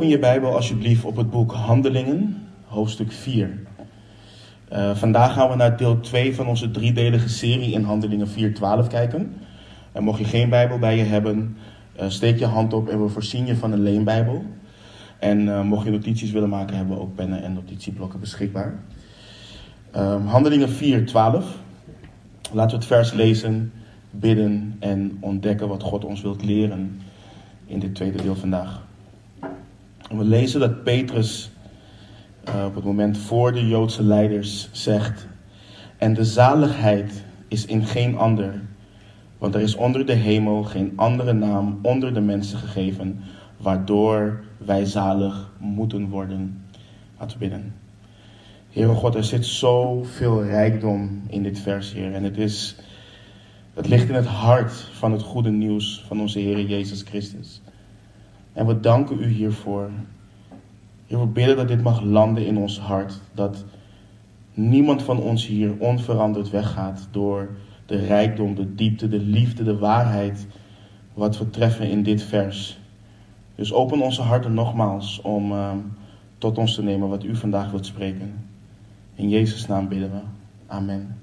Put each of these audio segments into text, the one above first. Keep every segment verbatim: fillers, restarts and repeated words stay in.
Open je Bijbel alsjeblieft op het boek Handelingen, hoofdstuk vier. Uh, vandaag gaan we naar deel twee van onze driedelige serie in Handelingen vier twaalf kijken. En mocht je geen Bijbel bij je hebben, uh, steek je hand op en we voorzien je van een leenbijbel. En uh, mocht je notities willen maken, hebben we ook pennen en notitieblokken beschikbaar. Uh, Handelingen vier twaalf. Laten we het vers lezen, bidden en ontdekken wat God ons wilt leren in dit tweede deel vandaag. En we lezen dat Petrus uh, op het moment voor de Joodse leiders zegt: en de zaligheid is in geen ander, want er is onder de hemel geen andere naam onder de mensen gegeven, waardoor wij zalig moeten worden. Laten we bidden. Heere God, er zit zoveel rijkdom in dit vers, Heer. En het, is, het ligt in het hart van het goede nieuws van onze Heer Jezus Christus. En we danken u hiervoor. Heer, we bidden dat dit mag landen in ons hart. Dat niemand van ons hier onveranderd weggaat door de rijkdom, de diepte, de liefde, de waarheid, wat we treffen in dit vers. Dus open onze harten nogmaals om uh, tot ons te nemen wat u vandaag wilt spreken. In Jezus' naam bidden we. Amen.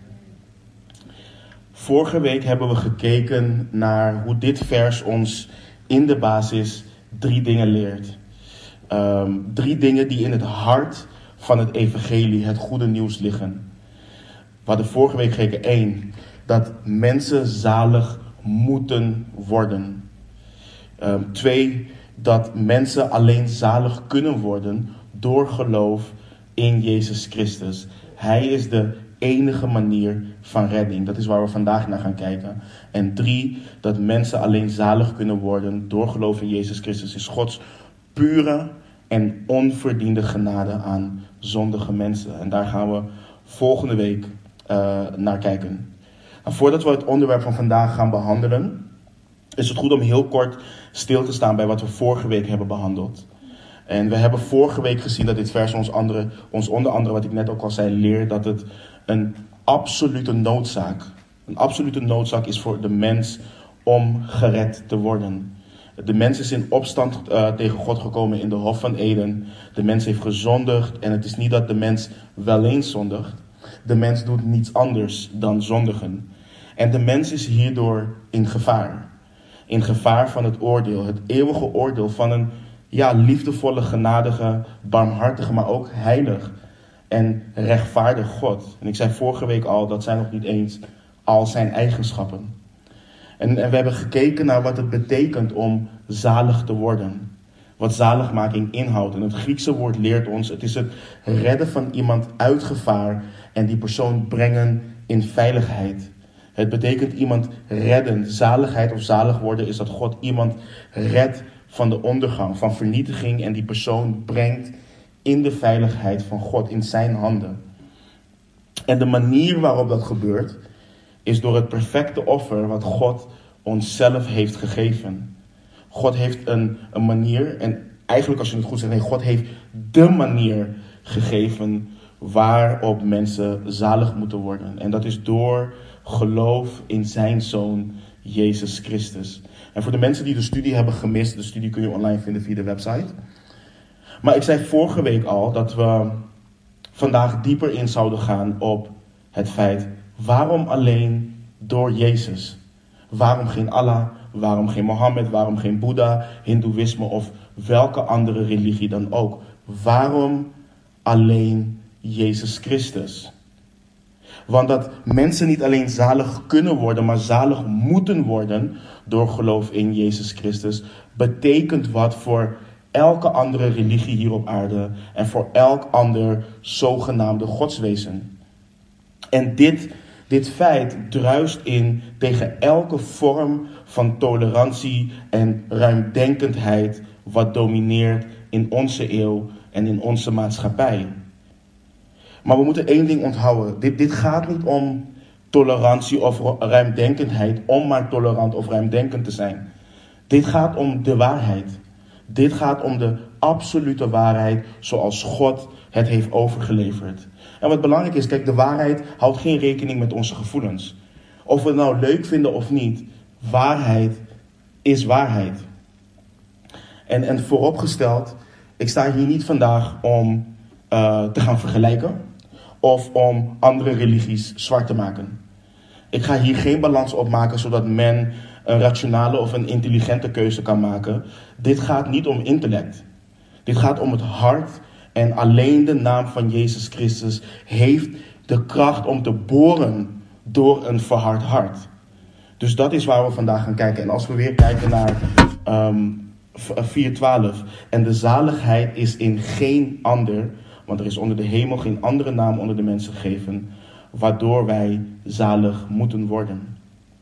Vorige week hebben we gekeken naar hoe dit vers ons in de basis drie dingen leert. Um, drie dingen die in het hart van het evangelie, het goede nieuws, liggen. We hadden vorige week gekeken één, dat mensen zalig moeten worden. Um, twee, dat mensen alleen zalig kunnen worden door geloof in Jezus Christus. Hij is de enige manier van redding. Dat is waar we vandaag naar gaan kijken. En drie, dat mensen alleen zalig kunnen worden door geloof in Jezus Christus is Gods pure en onverdiende genade aan zondige mensen. En daar gaan we volgende week uh, naar kijken. En voordat we het onderwerp van vandaag gaan behandelen, is het goed om heel kort stil te staan bij wat we vorige week hebben behandeld. En we hebben vorige week gezien dat dit vers ons, andere, ons onder andere, wat ik net ook al zei, leert dat het een absolute noodzaak, een absolute noodzaak is voor de mens om gered te worden. De mens is in opstand uh, tegen God gekomen in de Hof van Eden. De mens heeft gezondigd en het is niet dat de mens wel eens zondigt. De mens doet niets anders dan zondigen. En de mens is hierdoor in gevaar. In gevaar van het oordeel, het eeuwige oordeel van een ja, liefdevolle, genadige, barmhartige, maar ook heilig en rechtvaardig God. En ik zei vorige week al, dat zijn nog niet eens al zijn eigenschappen. En, en we hebben gekeken naar wat het betekent om zalig te worden. Wat zaligmaking inhoudt. En het Griekse woord leert ons, het is het redden van iemand uit gevaar en die persoon brengen in veiligheid. Het betekent iemand redden. Zaligheid of zalig worden is dat God iemand redt van de ondergang, van vernietiging en die persoon brengt in de veiligheid van God, in zijn handen. En de manier waarop dat gebeurt is door het perfecte offer wat God onszelf heeft gegeven. God heeft een, een manier, en eigenlijk als je het goed zegt, nee, God heeft de manier gegeven waarop mensen zalig moeten worden. En dat is door geloof in zijn Zoon, Jezus Christus. En voor de mensen die de studie hebben gemist, de studie kun je online vinden via de website. Maar ik zei vorige week al dat we vandaag dieper in zouden gaan op het feit, waarom alleen door Jezus? Waarom geen Allah? Waarom geen Mohammed? Waarom geen Boeddha, Hindoeïsme of welke andere religie dan ook? Waarom alleen Jezus Christus? Want dat mensen niet alleen zalig kunnen worden, maar zalig moeten worden door geloof in Jezus Christus, betekent wat voor elke andere religie hier op aarde en voor elk ander zogenaamde godswezen. En dit, dit feit druist in tegen elke vorm van tolerantie en ruimdenkendheid wat domineert in onze eeuw en in onze maatschappij. Maar we moeten één ding onthouden. Dit, dit gaat niet om tolerantie of ruimdenkendheid om maar tolerant of ruimdenkend te zijn. Dit gaat om de waarheid. Dit gaat om de absolute waarheid zoals God het heeft overgeleverd. En wat belangrijk is, kijk, de waarheid houdt geen rekening met onze gevoelens. Of we het nou leuk vinden of niet, waarheid is waarheid. En, en vooropgesteld, ik sta hier niet vandaag om uh, te gaan vergelijken of om andere religies zwart te maken. Ik ga hier geen balans opmaken zodat men een rationale of een intelligente keuze kan maken. Dit gaat niet om intellect. Dit gaat om het hart en alleen de naam van Jezus Christus heeft de kracht om te boren door een verhard hart. Dus dat is waar we vandaag gaan kijken. En als we weer kijken naar um, vier twaalf. En de zaligheid is in geen ander, want er is onder de hemel geen andere naam onder de mensen gegeven, waardoor wij zalig moeten worden.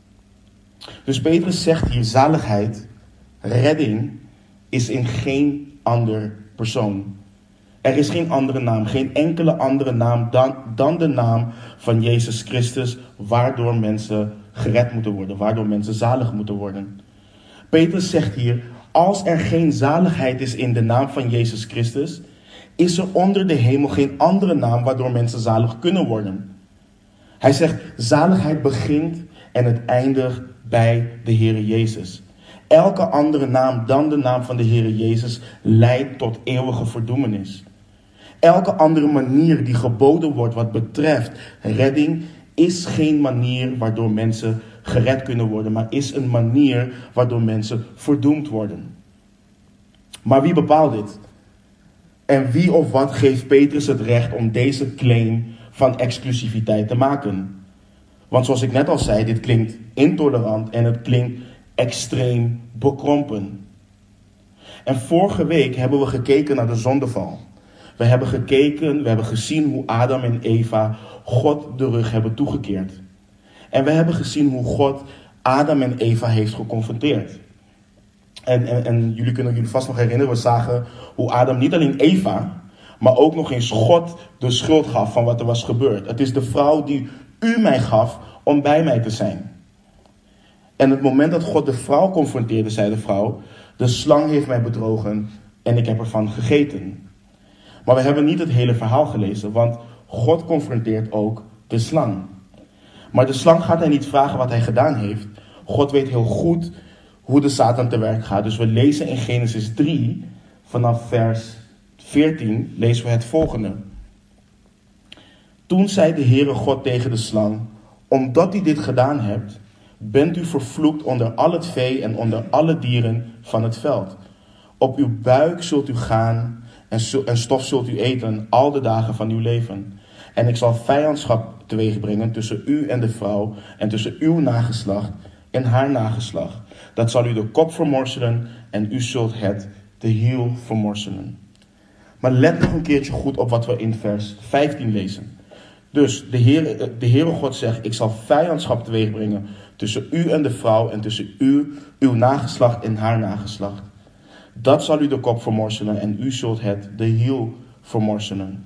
Dus Petrus zegt hier, zaligheid, redding, is in geen ander persoon. Er is geen andere naam, geen enkele andere naam dan, dan de naam van Jezus Christus, waardoor mensen gered moeten worden, waardoor mensen zalig moeten worden. Petrus zegt hier, als er geen zaligheid is in de naam van Jezus Christus, is er onder de hemel geen andere naam waardoor mensen zalig kunnen worden. Hij zegt, zaligheid begint en het eindigt bij de Heere Jezus. Elke andere naam dan de naam van de Heere Jezus leidt tot eeuwige verdoemenis. Elke andere manier die geboden wordt wat betreft redding is geen manier waardoor mensen gered kunnen worden, maar is een manier waardoor mensen verdoemd worden. Maar wie bepaalt dit? En wie of wat geeft Petrus het recht om deze claim van exclusiviteit te maken? Want zoals ik net al zei, dit klinkt intolerant en het klinkt extreem bekrompen. En vorige week hebben we gekeken naar de zondeval. We hebben gekeken, we hebben gezien hoe Adam en Eva God de rug hebben toegekeerd. En we hebben gezien hoe God Adam en Eva heeft geconfronteerd. En, en, en jullie kunnen jullie vast nog herinneren, we zagen hoe Adam niet alleen Eva, maar ook nog eens God de schuld gaf van wat er was gebeurd. Het is de vrouw die u mij gaf om bij mij te zijn. En het moment dat God de vrouw confronteerde, zei de vrouw, de slang heeft mij bedrogen en ik heb ervan gegeten. Maar we hebben niet het hele verhaal gelezen, want God confronteert ook de slang. Maar de slang gaat hij niet vragen wat hij gedaan heeft. God weet heel goed hoe de Satan te werk gaat. Dus we lezen in Genesis drie, vanaf vers veertien, lezen we het volgende. Toen zei de Heere God tegen de slang, omdat u dit gedaan hebt, bent u vervloekt onder al het vee en onder alle dieren van het veld. Op uw buik zult u gaan en stof zult u eten al de dagen van uw leven. En ik zal vijandschap teweeg brengen tussen u en de vrouw en tussen uw nageslacht en haar nageslacht. Dat zal u de kop vermorselen en u zult het de hiel vermorselen. Maar let nog een keertje goed op wat we in vers vijftien lezen. Dus de Heere, de Heere God zegt, ik zal vijandschap teweeg brengen tussen u en de vrouw en tussen u, uw nageslacht en haar nageslacht. Dat zal u de kop vermorselen en u zult het de hiel vermorselen.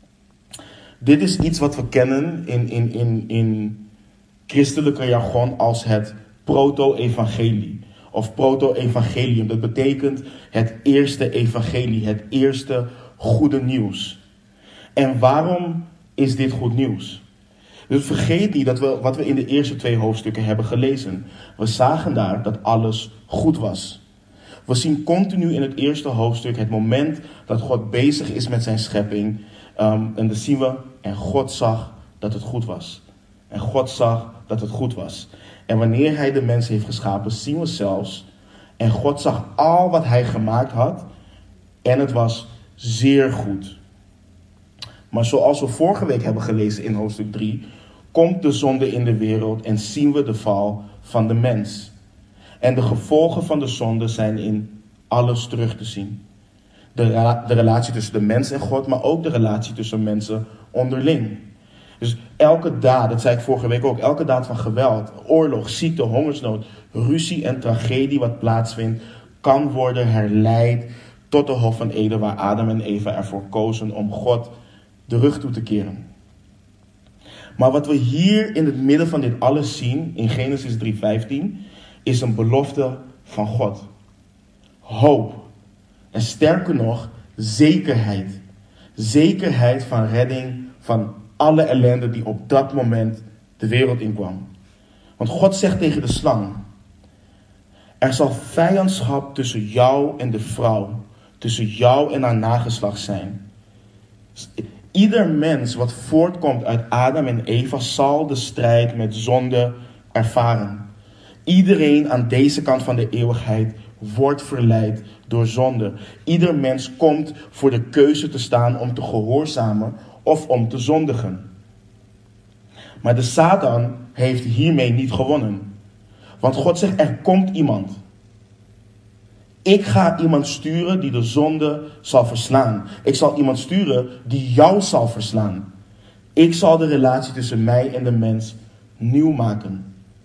Dit is iets wat we kennen in, in, in, in christelijke jargon als het proto-evangelie. Of proto-evangelium. Dat betekent het eerste evangelie, het eerste goede nieuws. En waarom is dit goed nieuws? Dus vergeet niet dat we, wat we in de eerste twee hoofdstukken hebben gelezen. We zagen daar dat alles goed was. We zien continu in het eerste hoofdstuk het moment dat God bezig is met zijn schepping. Um, en dan zien we, en God zag dat het goed was. En God zag dat het goed was. En wanneer hij de mens heeft geschapen, zien we zelfs, en God zag al wat hij gemaakt had, en het was zeer goed. Maar zoals we vorige week hebben gelezen in hoofdstuk drie, komt de zonde in de wereld en zien we de val van de mens. En de gevolgen van de zonde zijn in alles terug te zien. De, rela- de relatie tussen de mens en God, maar ook de relatie tussen mensen onderling. Dus elke daad, dat zei ik vorige week ook, elke daad van geweld, oorlog, ziekte, hongersnood, ruzie en tragedie wat plaatsvindt, kan worden herleid tot de Hof van Eden, waar Adam en Eva ervoor kozen om God de rug toe te keren. Maar wat we hier in het midden van dit alles zien, in Genesis drie vijftien, is een belofte van God. Hoop. En sterker nog, zekerheid. Zekerheid van redding van alle ellende die op dat moment de wereld inkwam. Want God zegt tegen de slang, Er zal vijandschap tussen jou en de vrouw, tussen jou en haar nageslacht zijn. Ieder mens wat voortkomt uit Adam en Eva zal de strijd met zonde ervaren. Iedereen aan deze kant van de eeuwigheid wordt verleid door zonde. Ieder mens komt voor de keuze te staan om te gehoorzamen of om te zondigen. Maar de Satan heeft hiermee niet gewonnen. Want God zegt, er komt iemand. Ik ga iemand sturen die de zonde zal verslaan. Ik zal iemand sturen die jou zal verslaan. Ik zal de relatie tussen mij en de mens nieuw maken.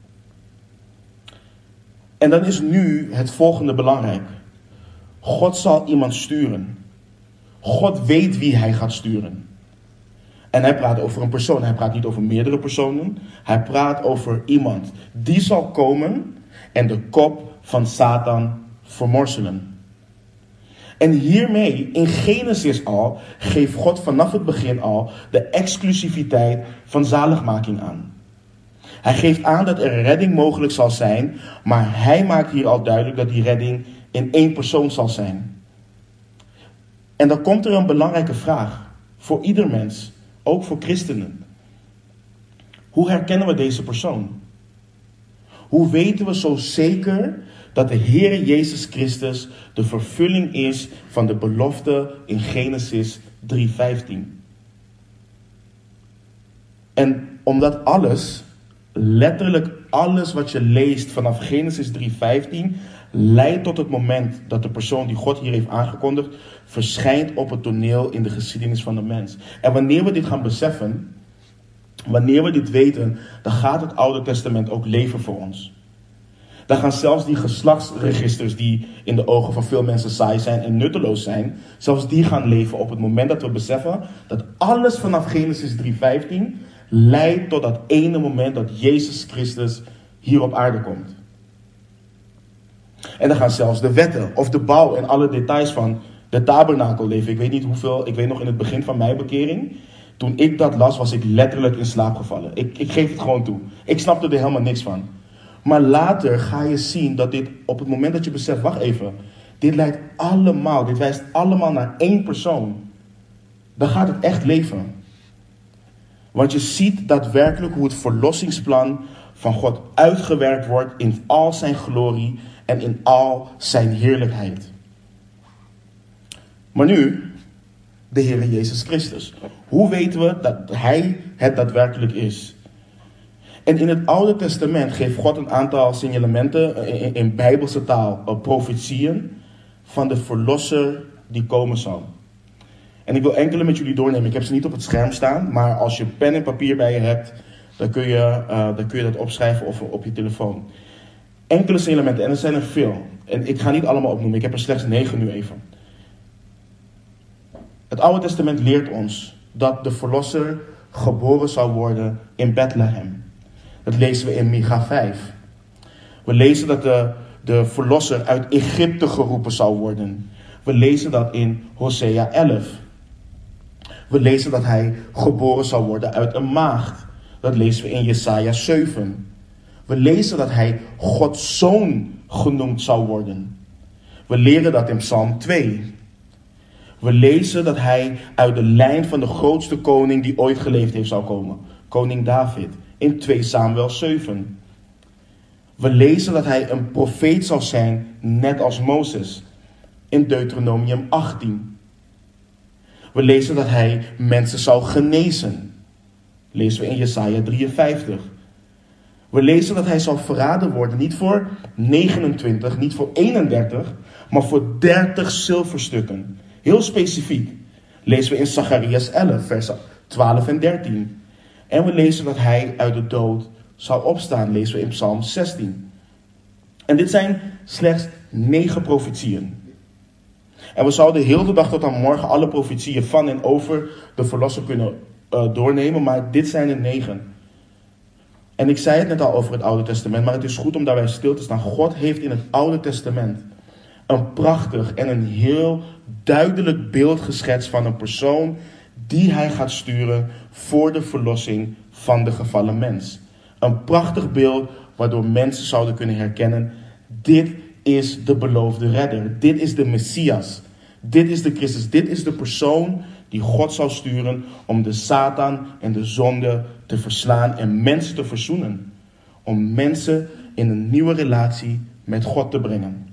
En dan is nu het volgende belangrijk. God zal iemand sturen. God weet wie hij gaat sturen. En hij praat over een persoon. Hij praat niet over meerdere personen. Hij praat over iemand. Die zal komen en de kop van Satan vermorzelen. En hiermee, in Genesis al, geeft God vanaf het begin al de exclusiviteit van zaligmaking aan. Hij geeft aan dat er redding mogelijk zal zijn, maar hij maakt hier al duidelijk dat die redding in één persoon zal zijn. En dan komt er een belangrijke vraag voor ieder mens, ook voor christenen. Hoe herkennen we deze persoon? Hoe weten we zo zeker dat de Heer Jezus Christus de vervulling is van de belofte in Genesis drie vijftien? En omdat alles, letterlijk alles wat je leest vanaf Genesis drie vijftien, leidt tot het moment dat de persoon die God hier heeft aangekondigd, verschijnt op het toneel in de geschiedenis van de mens. En wanneer we dit gaan beseffen, wanneer we dit weten, dan gaat het Oude Testament ook leven voor ons. Dan gaan zelfs die geslachtsregisters die in de ogen van veel mensen saai zijn en nutteloos zijn, zelfs die gaan leven op het moment dat we beseffen dat alles vanaf Genesis drie vijftien leidt tot dat ene moment dat Jezus Christus hier op aarde komt. En dan gaan zelfs de wetten of de bouw en alle details van de tabernakel leven. Ik weet niet hoeveel, ik weet nog in het begin van mijn bekering, toen ik dat las was ik letterlijk in slaap gevallen. Ik, ik geef het gewoon toe. Ik snapte er helemaal niks van. Maar later ga je zien dat dit, op het moment dat je beseft, wacht even, dit leidt allemaal, dit wijst allemaal naar één persoon. Dan gaat het echt leven. Want je ziet daadwerkelijk hoe het verlossingsplan van God uitgewerkt wordt in al zijn glorie en in al zijn heerlijkheid. Maar nu, de Heer Jezus Christus. Hoe weten we dat hij het daadwerkelijk is? En in het Oude Testament geeft God een aantal signalementen in, in bijbelse taal, profetieën van de verlosser die komen zal. En ik wil enkele met jullie doornemen. Ik heb ze niet op het scherm staan, maar als je pen en papier bij je hebt, dan kun je, uh, dan kun je dat opschrijven of op je telefoon. Enkele signalementen, en er zijn er veel. En ik ga niet allemaal opnoemen, ik heb er slechts negen nu even. Het Oude Testament leert ons dat de verlosser geboren zal worden in Bethlehem. Dat lezen we in Micha vijf. We lezen dat de, de verlosser uit Egypte geroepen zal worden. We lezen dat in Hosea elf. We lezen dat hij geboren zal worden uit een maagd. Dat lezen we in Jesaja zeven. We lezen dat hij Gods zoon genoemd zal worden. We leren dat in Psalm twee. We lezen dat hij uit de lijn van de grootste koning die ooit geleefd heeft zal komen. Koning David. In twee Samuel zeven. We lezen dat hij een profeet zal zijn, net als Mozes. In Deuteronomium achttien. We lezen dat hij mensen zal genezen. Lezen we in Jesaja drieënvijftig. We lezen dat hij zal verraden worden, niet voor negenentwintig, niet voor eenendertig, maar voor dertig zilverstukken. Heel specifiek. Lezen we in Zacharias elf, vers twaalf en dertien. En we lezen dat hij uit de dood zal opstaan, lezen we in Psalm zestien. En dit zijn slechts negen profetieën. En we zouden heel de dag tot aan morgen alle profetieën van en over de verlosser kunnen uh, doornemen, maar dit zijn er negen. En ik zei het net al over het Oude Testament, maar het is goed om daarbij stil te staan. God heeft in het Oude Testament een prachtig en een heel duidelijk beeld geschetst van een persoon die hij gaat sturen voor de verlossing van de gevallen mens. Een prachtig beeld waardoor mensen zouden kunnen herkennen, dit is de beloofde redder. Dit is de Messias. Dit is de Christus. Dit is de persoon die God zal sturen om de Satan en de zonde te verslaan en mensen te verzoenen. Om mensen in een nieuwe relatie met God te brengen.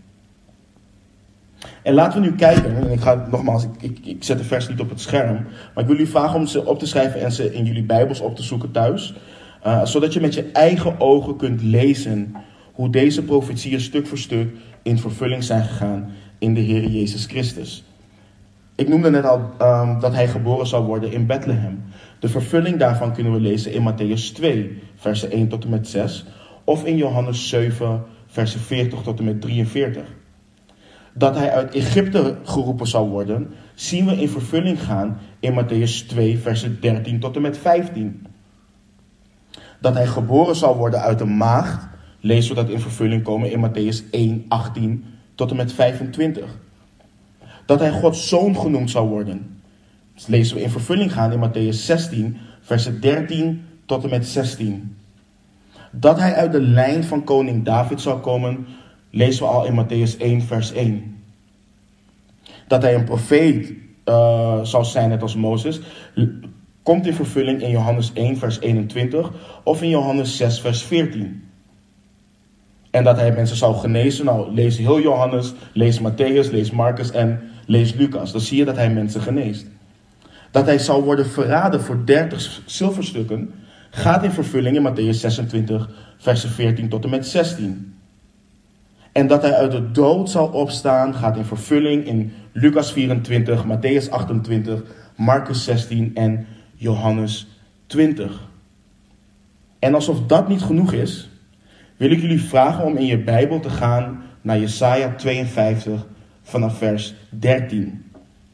En laten we nu kijken, en ik ga nogmaals, ik, ik, ik zet de vers niet op het scherm, maar ik wil jullie vragen om ze op te schrijven en ze in jullie Bijbels op te zoeken thuis. Uh, zodat je met je eigen ogen kunt lezen hoe deze profetieën stuk voor stuk in vervulling zijn gegaan in de Heer Jezus Christus. Ik noemde net al um, dat hij geboren zou worden in Bethlehem. De vervulling daarvan kunnen we lezen in Matthäus twee, versen één tot en met zes. Of in Johannes zeven, versen veertig tot en met drieënveertig. Dat hij uit Egypte geroepen zou worden, zien we in vervulling gaan in Matthäus twee, versen dertien tot en met vijftien. Dat hij geboren zou worden uit een maagd, lezen we dat in vervulling komen in Matthäus één, achttien tot en met vijfentwintig. Dat hij Gods zoon genoemd zou worden, dat lezen we in vervulling gaan in Matthäus zestien, versen dertien tot en met zestien. Dat hij uit de lijn van koning David zou komen, lezen we al in Matthäus één, vers één. Dat hij een profeet uh, zou zijn, net als Mozes, komt in vervulling in Johannes één, vers eenentwintig of in Johannes zes, vers veertien. En dat hij mensen zou genezen. Nou, lees heel Johannes, lees Matthäus, lees Marcus en lees Lucas. Dan zie je dat hij mensen geneest. Dat hij zou worden verraden voor dertig zilverstukken, gaat in vervulling in Matthäus zesentwintig, versen veertien tot en met zestien. En dat hij uit de dood zal opstaan, gaat in vervulling in Lucas vierentwintig, Matthäus achtentwintig, Marcus zestien en Johannes twintig. En alsof dat niet genoeg is, wil ik jullie vragen om in je Bijbel te gaan naar Jesaja tweeënvijftig vanaf vers dertien.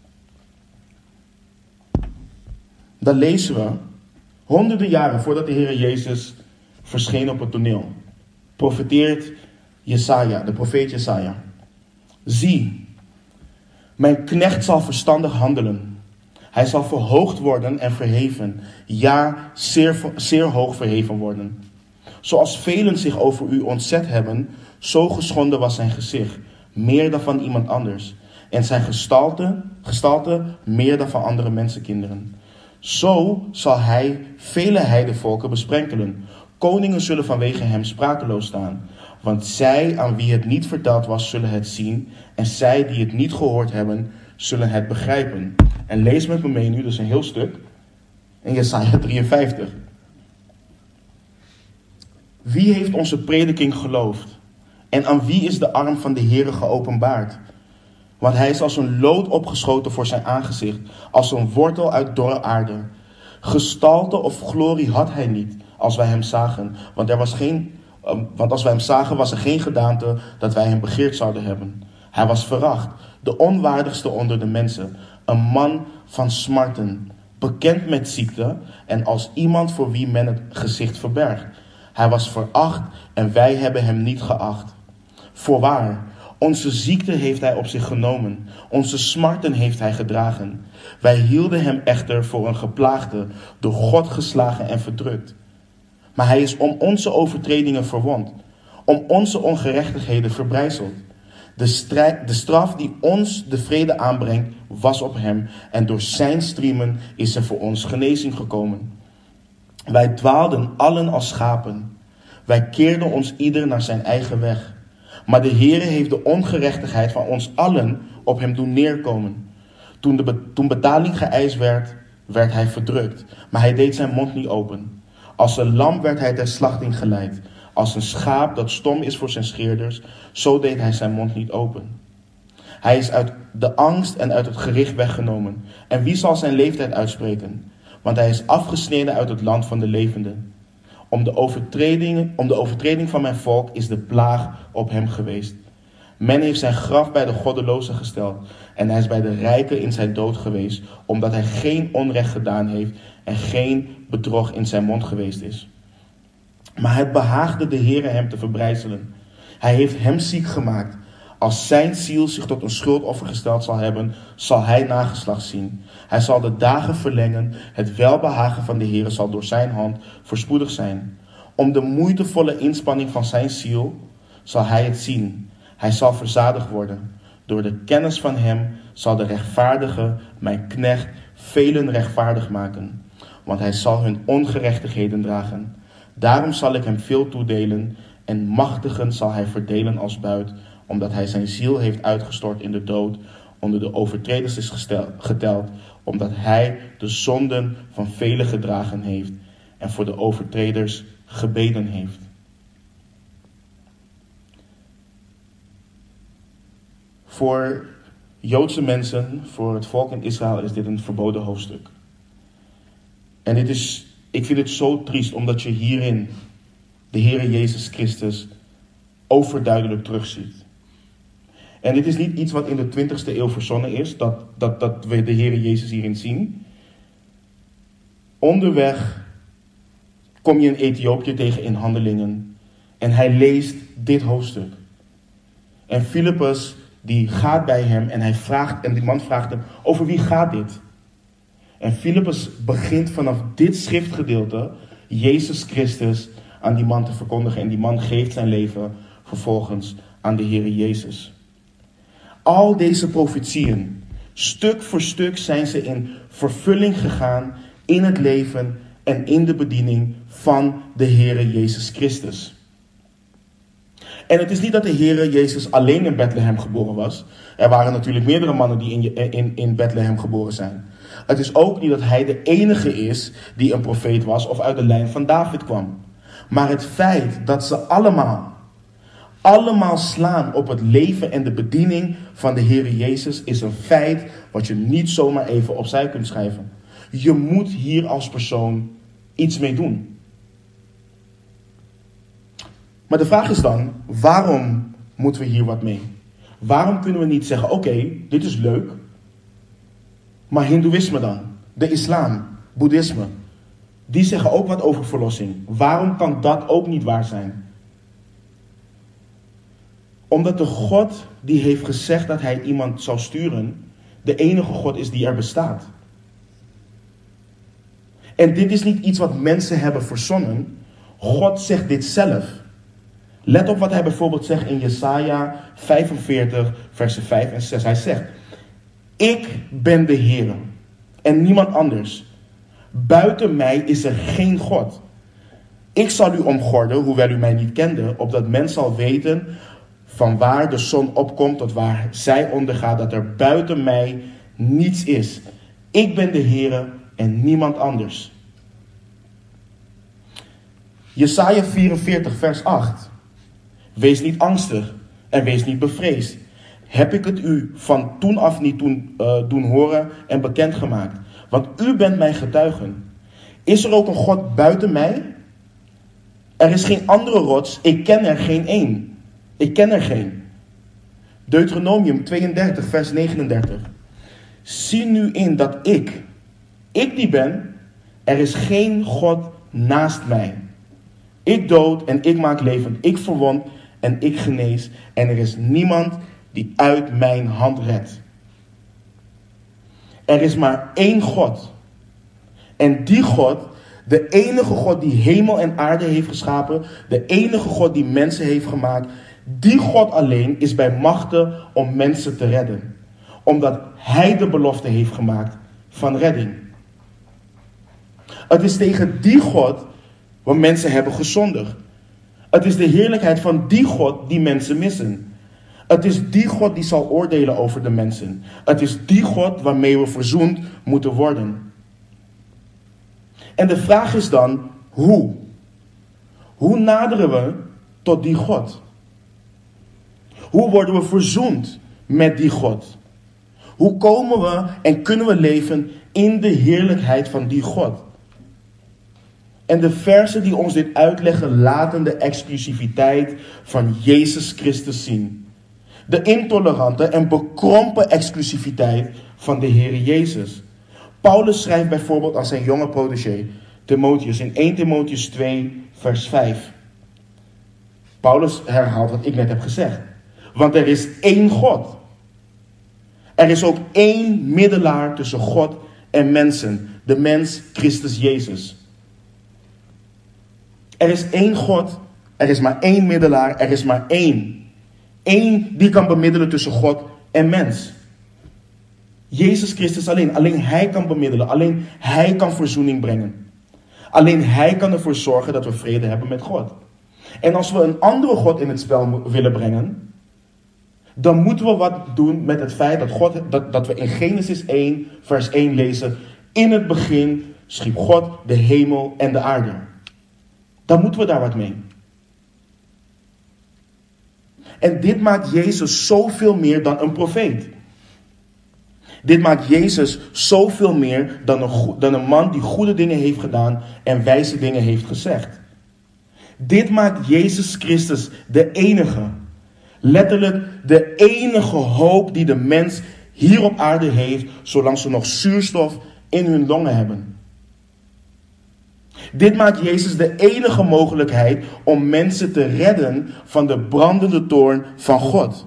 Dan lezen we, honderden jaren voordat de Heer Jezus verscheen op het toneel, profeteert Jesaja, de profeet Jesaja. Zie, mijn knecht zal verstandig handelen. Hij zal verhoogd worden en verheven. Ja, zeer, zeer hoog verheven worden. Zoals velen zich over u ontzet hebben, zo geschonden was zijn gezicht, meer dan van iemand anders. En zijn gestalte, gestalte meer dan van andere mensenkinderen. Zo zal hij vele heidenvolken besprenkelen. Koningen zullen vanwege hem sprakeloos staan. Want zij aan wie het niet verteld was, zullen het zien. En zij die het niet gehoord hebben, zullen het begrijpen. En lees met me mee nu, dus een heel stuk. In Jesaja drieënvijftig. Wie heeft onze prediking geloofd? En aan wie is de arm van de Heere geopenbaard? Want hij is als een lood opgeschoten voor zijn aangezicht, als een wortel uit dorre aarde. Gestalte of glorie had hij niet, als wij hem zagen. Want, er was geen, want als wij hem zagen, was er geen gedaante dat wij hem begeerd zouden hebben. Hij was veracht, de onwaardigste onder de mensen, een man van smarten, bekend met ziekte en als iemand voor wie men het gezicht verbergt. Hij was veracht en wij hebben hem niet geacht. Voorwaar, onze ziekte heeft hij op zich genomen. Onze smarten heeft hij gedragen. Wij hielden hem echter voor een geplaagde, door God geslagen en verdrukt. Maar hij is om onze overtredingen verwond, om onze ongerechtigheden verbrijzeld. De, strijd, de straf die ons de vrede aanbrengt, was op hem. En door zijn striemen is er voor ons genezing gekomen. Wij dwaalden allen als schapen. Wij keerden ons ieder naar zijn eigen weg. Maar de Heere heeft de ongerechtigheid van ons allen op hem doen neerkomen. Toen, de be- toen betaling geëist werd, werd hij verdrukt. Maar hij deed zijn mond niet open. Als een lam werd hij ter slachting geleid. Als een schaap dat stom is voor zijn scheerders, zo deed hij zijn mond niet open. Hij is uit de angst en uit het gericht weggenomen. En wie zal zijn leeftijd uitspreken? Want hij is afgesneden uit het land van de levenden. Om de overtreding, om de overtreding van mijn volk is de plaag op hem geweest. Men heeft zijn graf bij de goddelozen gesteld. En hij is bij de rijken in zijn dood geweest, omdat hij geen onrecht gedaan heeft en geen bedrog in zijn mond geweest is. Maar het behaagde de Heere hem te verbrijzelen. Hij heeft hem ziek gemaakt. Als zijn ziel zich tot een schuldoffer gesteld zal hebben, zal hij nageslacht zien. Hij zal de dagen verlengen. Het welbehagen van de Heere zal door zijn hand voorspoedig zijn. Om de moeitevolle inspanning van zijn ziel zal hij het zien. Hij zal verzadigd worden. Door de kennis van hem zal de rechtvaardige, mijn knecht, velen rechtvaardig maken. Want hij zal hun ongerechtigheden dragen. Daarom zal ik hem veel toedelen en machtigen zal hij verdelen als buit, omdat hij zijn ziel heeft uitgestort in de dood, onder de overtreders is gestel, geteld, omdat hij de zonden van velen gedragen heeft en voor de overtreders gebeden heeft. Voor Joodse mensen, voor het volk in Israël, is dit een verboden hoofdstuk. En dit is, ik vind het zo triest, omdat je hierin de Heere Jezus Christus overduidelijk terugziet. En dit is niet iets wat in de twintigste eeuw verzonnen is, dat, dat, dat we de Heere Jezus hierin zien. Onderweg kom je in Ethiopië tegen in Handelingen en hij leest dit hoofdstuk. En Filippus die gaat bij hem en hij vraagt, en die man vraagt hem, over wie gaat dit? En Filippus begint vanaf dit schriftgedeelte Jezus Christus aan die man te verkondigen. En die man geeft zijn leven vervolgens aan de Heere Jezus. Al deze profetieën, stuk voor stuk zijn ze in vervulling gegaan in het leven en in de bediening van de Heere Jezus Christus. En het is niet dat de Heere Jezus alleen in Bethlehem geboren was. Er waren natuurlijk meerdere mannen die in, in, in Bethlehem geboren zijn. Het is ook niet dat hij de enige is die een profeet was of uit de lijn van David kwam. Maar het feit dat ze allemaal, allemaal slaan op het leven en de bediening van de Heere Jezus is een feit wat je niet zomaar even opzij kunt schrijven. Je moet hier als persoon iets mee doen. Maar de vraag is dan, waarom moeten we hier wat mee? Waarom kunnen we niet zeggen, oké, okay, dit is leuk, maar Hindoeïsme dan, de islam, boeddhisme, die zeggen ook wat over verlossing. Waarom kan dat ook niet waar zijn? Omdat de God die heeft gezegd dat hij iemand zou sturen, de enige God is die er bestaat. En dit is niet iets wat mensen hebben verzonnen. God zegt dit zelf. Let op wat hij bijvoorbeeld zegt in Jesaja vijfenveertig, versen vijf en zes. Hij zegt, ik ben de Heere en niemand anders. Buiten mij is er geen God. Ik zal u omgorden, hoewel u mij niet kende, opdat men zal weten van waar de zon opkomt tot waar zij ondergaat, dat er buiten mij niets is. Ik ben de Heere en niemand anders. Jesaja vierenveertig, vers acht. Wees niet angstig en wees niet bevreesd. Heb ik het u van toen af niet doen, uh, doen horen en bekendgemaakt? Want u bent mijn getuigen. Is er ook een God buiten mij? Er is geen andere rots, ik ken er geen één. Ik ken er geen. Deuteronomium tweeëndertig, vers negenendertig. Zie nu in dat ik, ik die ben, er is geen God naast mij. Ik dood en ik maak levend, ik verwond en ik genees. En er is niemand die uit mijn hand redt. Er is maar één God. En die God, de enige God die hemel en aarde heeft geschapen, de enige God die mensen heeft gemaakt, die God alleen is bij machte om mensen te redden. Omdat hij de belofte heeft gemaakt van redding. Het is tegen die God waar mensen hebben gezondigd. Het is de heerlijkheid van die God die mensen missen. Het is die God die zal oordelen over de mensen. Het is die God waarmee we verzoend moeten worden. En de vraag is dan, hoe? Hoe naderen we tot die God? Hoe worden we verzoend met die God? Hoe komen we en kunnen we leven in de heerlijkheid van die God? En de versen die ons dit uitleggen laten de exclusiviteit van Jezus Christus zien. De intolerante en bekrompen exclusiviteit van de Heer Jezus. Paulus schrijft bijvoorbeeld aan zijn jonge protégé Timotheus in eerste Timotheus twee vers vijf. Paulus herhaalt wat ik net heb gezegd. Want er is één God. Er is ook één middelaar tussen God en mensen. De mens Christus Jezus. Er is één God. Er is maar één middelaar. Er is maar één. Eén die kan bemiddelen tussen God en mens. Jezus Christus alleen. Alleen Hij kan bemiddelen. Alleen Hij kan verzoening brengen. Alleen Hij kan ervoor zorgen dat we vrede hebben met God. En als we een andere God in het spel willen brengen, dan moeten we wat doen met het feit dat, God, dat, dat we in Genesis één, vers één lezen. In het begin schiep God de hemel en de aarde. Dan moeten we daar wat mee. En dit maakt Jezus zoveel meer dan een profeet. Dit maakt Jezus zoveel meer dan een, go- dan een man die goede dingen heeft gedaan en wijze dingen heeft gezegd. Dit maakt Jezus Christus de enige, letterlijk de enige hoop die de mens hier op aarde heeft, zolang ze nog zuurstof in hun longen hebben. Dit maakt Jezus de enige mogelijkheid om mensen te redden van de brandende toorn van God.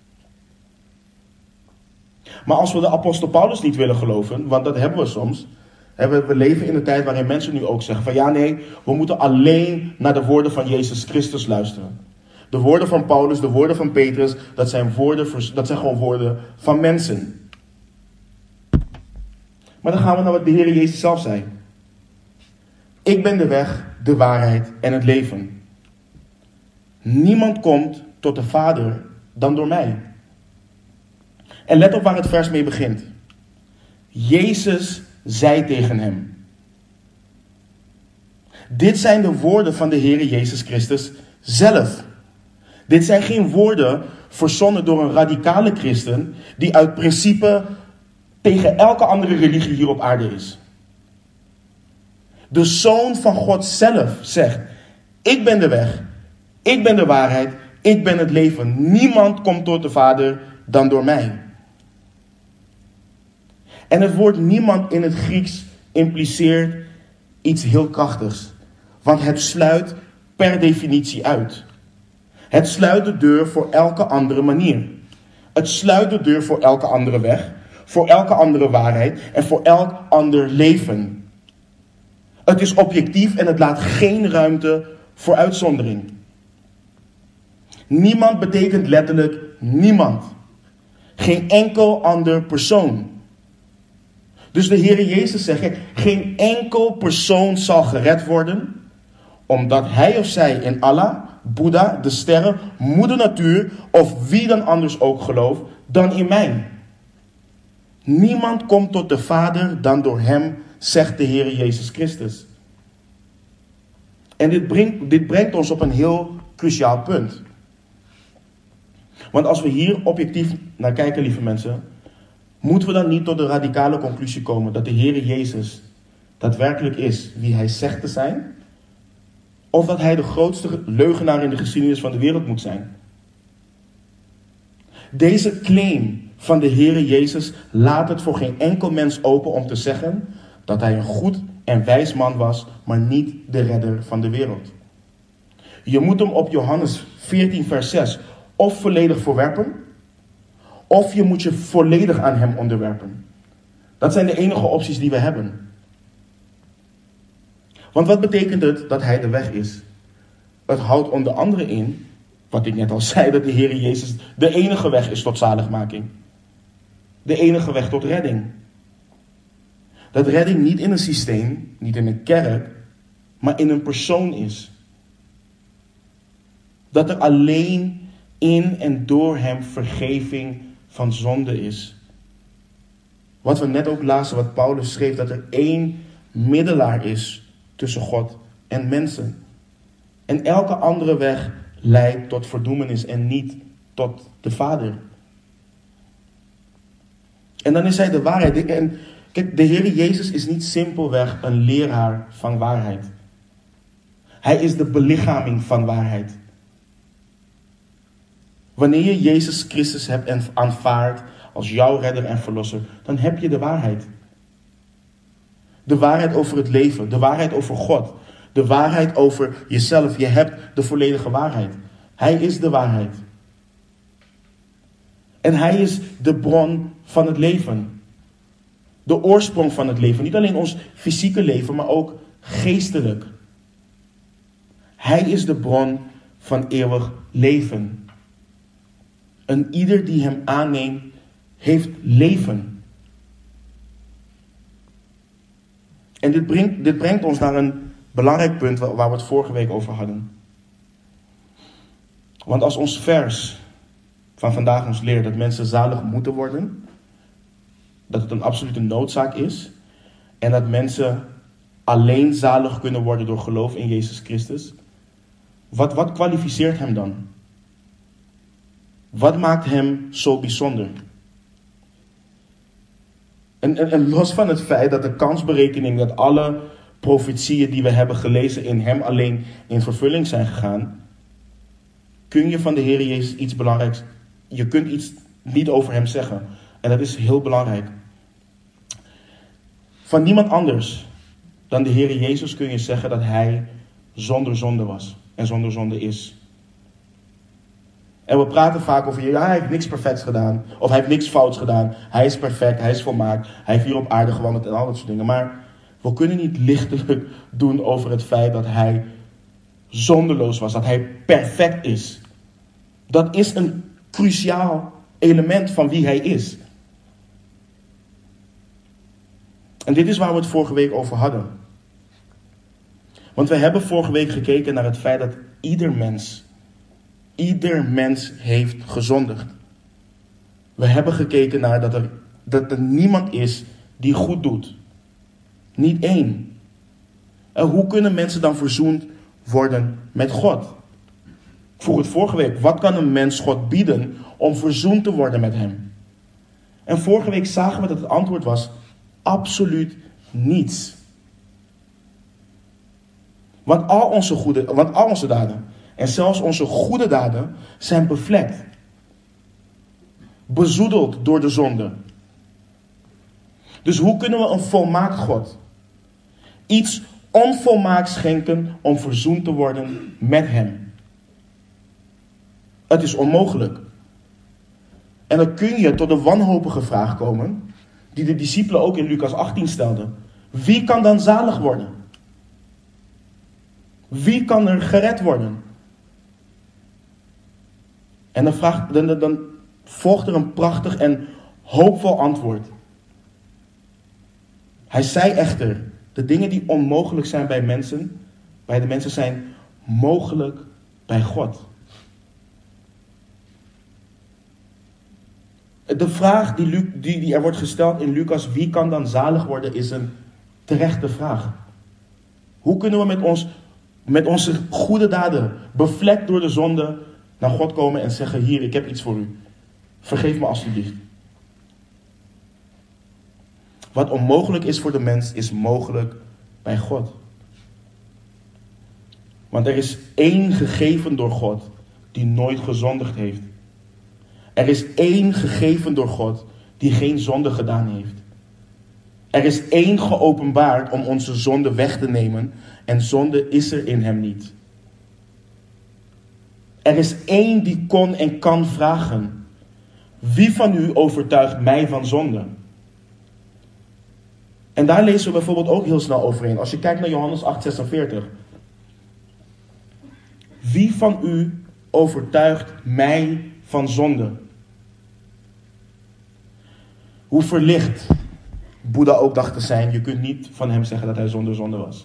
Maar als we de apostel Paulus niet willen geloven, want dat hebben we soms. We leven in een tijd waarin mensen nu ook zeggen van ja nee, we moeten alleen naar de woorden van Jezus Christus luisteren. De woorden van Paulus, de woorden van Petrus, dat zijn, woorden, dat zijn gewoon woorden van mensen. Maar dan gaan we naar wat de Heer Jezus zelf zei. Ik ben de weg, de waarheid en het leven. Niemand komt tot de Vader dan door mij. En let op waar het vers mee begint. Jezus zei tegen hem. Dit zijn de woorden van de Heer Jezus Christus zelf. Dit zijn geen woorden verzonnen door een radicale christen die uit principe tegen elke andere religie hier op aarde is. De Zoon van God zelf zegt, ik ben de weg, ik ben de waarheid, ik ben het leven. Niemand komt tot de Vader dan door mij. En het woord niemand in het Grieks impliceert iets heel krachtigs. Want het sluit per definitie uit. Het sluit de deur voor elke andere manier. Het sluit de deur voor elke andere weg, voor elke andere waarheid en voor elk ander leven. Het is objectief en het laat geen ruimte voor uitzondering. Niemand betekent letterlijk niemand. Geen enkel ander persoon. Dus de Heer Jezus zegt, geen enkel persoon zal gered worden, omdat hij of zij in Allah, Boeddha, de sterren, moeder natuur of wie dan anders ook gelooft, dan in mij. Niemand komt tot de Vader dan door hem, zegt de Heer Jezus Christus. En dit brengt, dit brengt ons op een heel cruciaal punt. Want als we hier objectief naar kijken, lieve mensen, moeten we dan niet tot de radicale conclusie komen dat de Heer Jezus daadwerkelijk is wie hij zegt te zijn? Of dat hij de grootste leugenaar in de geschiedenis van de wereld moet zijn? Deze claim van de Heer Jezus laat het voor geen enkel mens open om te zeggen dat hij een goed en wijs man was, maar niet de redder van de wereld. Je moet hem op Johannes veertien vers zes of volledig verwerpen, of je moet je volledig aan hem onderwerpen. Dat zijn de enige opties die we hebben. Want wat betekent het dat hij de weg is? Het houdt onder andere in, wat ik net al zei, dat de Heer Jezus de enige weg is tot zaligmaking. De enige weg tot redding. Dat redding niet in een systeem, niet in een kerk, maar in een persoon is. Dat er alleen in en door hem vergeving van zonde is. Wat we net ook lazen, wat Paulus schreef, dat er één middelaar is tussen God en mensen. En elke andere weg leidt tot verdoemenis en niet tot de Vader. En dan is hij de waarheid. En kijk, de Heer Jezus is niet simpelweg een leraar van waarheid. Hij is de belichaming van waarheid. Wanneer je Jezus Christus hebt en aanvaardt als jouw redder en verlosser, dan heb je de waarheid. De waarheid over het leven, de waarheid over God, de waarheid over jezelf. Je hebt de volledige waarheid. Hij is de waarheid. En hij is de bron van het leven. De oorsprong van het leven. Niet alleen ons fysieke leven, maar ook geestelijk. Hij is de bron van eeuwig leven. En ieder die hem aanneemt, heeft leven. En dit brengt, dit brengt ons naar een belangrijk punt waar we het vorige week over hadden. Want als ons vers van vandaag ons leert dat mensen zalig moeten worden, dat het een absolute noodzaak is, en dat mensen alleen zalig kunnen worden door geloof in Jezus Christus, wat, wat kwalificeert hem dan? Wat maakt hem zo bijzonder? En, en, en los van het feit dat de kansberekening dat alle profetieën die we hebben gelezen in hem alleen in vervulling zijn gegaan, kun je van de Heer Jezus iets belangrijks, je kunt iets niet over hem zeggen. En dat is heel belangrijk. Van niemand anders dan de Heer Jezus kun je zeggen dat hij zonder zonde was en zonder zonde is. En we praten vaak over, ja, hij heeft niks perfects gedaan. Of hij heeft niks fouts gedaan. Hij is perfect, hij is volmaakt. Hij heeft hier op aarde gewandeld en al dat soort dingen. Maar we kunnen niet lichtelijk doen over het feit dat hij zonderloos was. Dat hij perfect is. Dat is een cruciaal element van wie hij is. En dit is waar we het vorige week over hadden. Want we hebben vorige week gekeken naar het feit dat ieder mens... Ieder mens heeft gezondigd. We hebben gekeken naar dat er, dat er niemand is die goed doet. Niet één. En hoe kunnen mensen dan verzoend worden met God? Ik vroeg het vorige week. Wat kan een mens God bieden om verzoend te worden met hem? En vorige week zagen we dat het antwoord was absoluut niets. Want al onze goede, want al onze daden... En zelfs onze goede daden zijn bevlekt. Bezoedeld door de zonde. Dus hoe kunnen we een volmaakt God iets onvolmaakt schenken om verzoend te worden met hem? Het is onmogelijk. En dan kun je tot de wanhopige vraag komen, die de discipelen ook in Lucas achttien stelden. Wie kan dan zalig worden? Wie kan er gered worden? En dan, vraagt, dan, dan volgt er een prachtig en hoopvol antwoord. Hij zei echter, de dingen die onmogelijk zijn bij mensen, bij de mensen zijn mogelijk bij God. De vraag die, die, die er wordt gesteld in Lucas, wie kan dan zalig worden, is een terechte vraag. Hoe kunnen we met, ons, met onze goede daden, bevlekt door de zonde, naar God komen en zeggen, hier, ik heb iets voor u. Vergeef me alsjeblieft. Wat onmogelijk is voor de mens, is mogelijk bij God. Want er is één gegeven door God, die nooit gezondigd heeft. Er is één gegeven door God, die geen zonde gedaan heeft. Er is één geopenbaard om onze zonde weg te nemen, en zonde is er in hem niet. Er is één die kon en kan vragen. Wie van u overtuigt mij van zonde? En daar lezen we bijvoorbeeld ook heel snel overheen. Als je kijkt naar Johannes acht zesenveertig. Wie van u overtuigt mij van zonde? Hoe verlicht Boeddha ook dacht te zijn, je kunt niet van hem zeggen dat hij zonder zonde was.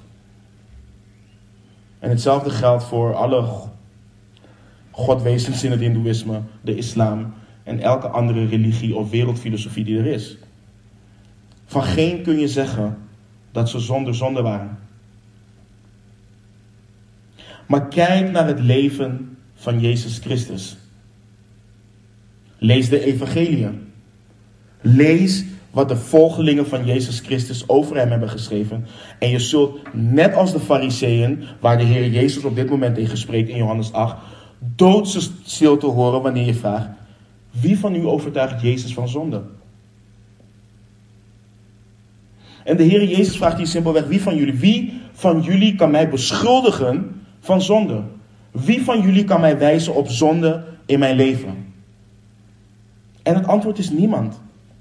En hetzelfde geldt voor alle godwezens in het hindoeïsme, de islam en elke andere religie of wereldfilosofie die er is. Van geen kun je zeggen dat ze zonder zonde waren. Maar kijk naar het leven van Jezus Christus. Lees de evangeliën. Lees wat de volgelingen van Jezus Christus over hem hebben geschreven. En je zult, net als de Farizeeën, waar de Heer Jezus op dit moment tegen spreekt in Johannes acht, doodse stilte horen wanneer je vraagt, wie van u overtuigt Jezus van zonde? En de Heer Jezus vraagt hier simpelweg, wie van jullie, wie van jullie kan mij beschuldigen van zonde? Wie van jullie kan mij wijzen op zonde in mijn leven? En het antwoord is niemand.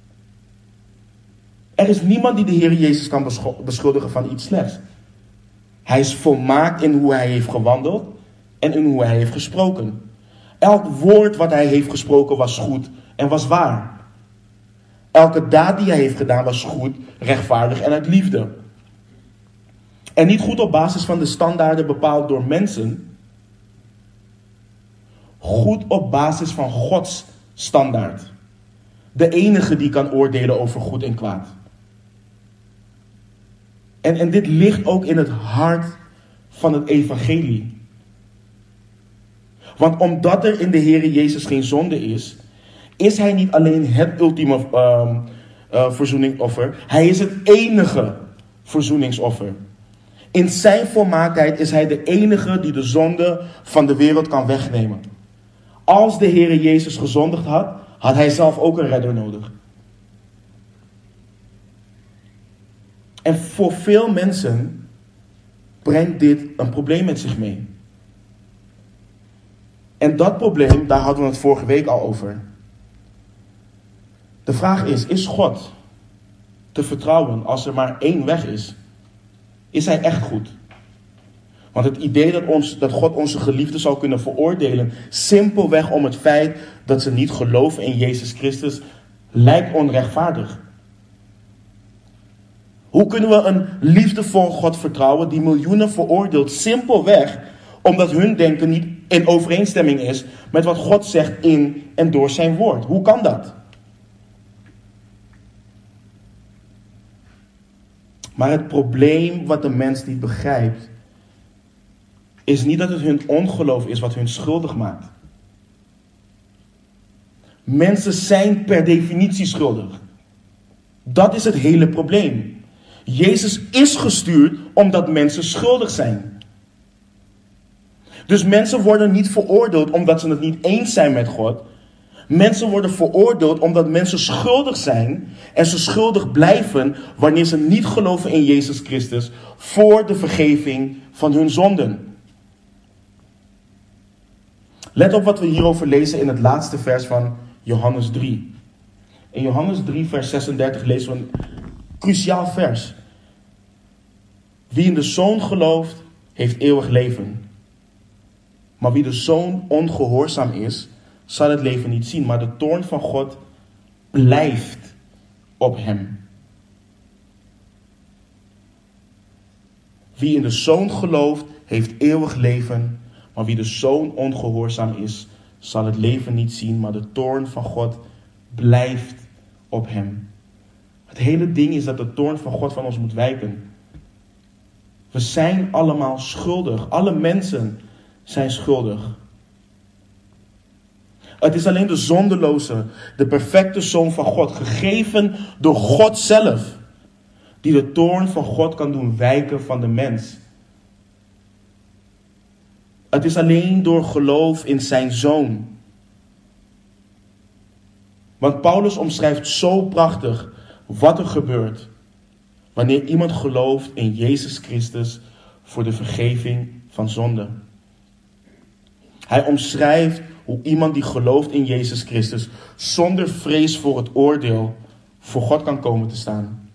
Er is niemand die de Heer Jezus kan beschuldigen van iets slechts. Hij is volmaakt in hoe hij heeft gewandeld en in hoe hij heeft gesproken. Elk woord wat hij heeft gesproken was goed en was waar. Elke daad die hij heeft gedaan was goed, rechtvaardig en uit liefde. En niet goed op basis van de standaarden bepaald door mensen. Goed op basis van Gods standaard. De enige die kan oordelen over goed en kwaad. En, en dit ligt ook in het hart van het evangelie. Want omdat er in de Heere Jezus geen zonde is, is hij niet alleen het ultieme uh, uh, verzoeningsoffer. Hij is het enige verzoeningsoffer. In zijn volmaaktheid is hij de enige die de zonde van de wereld kan wegnemen. Als de Heere Jezus gezondigd had, had hij zelf ook een redder nodig. En voor veel mensen brengt dit een probleem met zich mee. En dat probleem, daar hadden we het vorige week al over. De vraag is, is God te vertrouwen als er maar één weg is? Is hij echt goed? Want het idee dat, ons, dat God onze geliefden zou kunnen veroordelen, simpelweg om het feit dat ze niet geloven in Jezus Christus, lijkt onrechtvaardig. Hoe kunnen we een liefdevolle God vertrouwen die miljoenen veroordeelt, simpelweg omdat hun denken niet in overeenstemming is met wat God zegt in en door zijn woord? Hoe kan dat? Maar het probleem wat de mens niet begrijpt, is niet dat het hun ongeloof is wat hun schuldig maakt. Mensen zijn per definitie schuldig. Dat is het hele probleem. Jezus is gestuurd omdat mensen schuldig zijn. Dus mensen worden niet veroordeeld omdat ze het niet eens zijn met God. Mensen worden veroordeeld omdat mensen schuldig zijn en ze schuldig blijven wanneer ze niet geloven in Jezus Christus voor de vergeving van hun zonden. Let op wat we hierover lezen in het laatste vers van Johannes drie. In Johannes drie vers zesendertig lezen we een cruciaal vers. Wie in de Zoon gelooft, heeft eeuwig leven. Maar wie de Zoon ongehoorzaam is, zal het leven niet zien. Maar de toorn van God blijft op hem. Wie in de Zoon gelooft, heeft eeuwig leven. Maar wie de Zoon ongehoorzaam is, zal het leven niet zien. Maar de toorn van God blijft op hem. Het hele ding is dat de toorn van God van ons moet wijken. We zijn allemaal schuldig. Alle mensen zijn schuldig. Het is alleen de zondeloze, de perfecte Zoon van God, gegeven door God zelf, die de toorn van God kan doen wijken van de mens. Het is alleen door geloof in zijn Zoon. Want Paulus omschrijft zo prachtig wat er gebeurt wanneer iemand gelooft in Jezus Christus voor de vergeving van zonde. Hij omschrijft hoe iemand die gelooft in Jezus Christus zonder vrees voor het oordeel voor God kan komen te staan.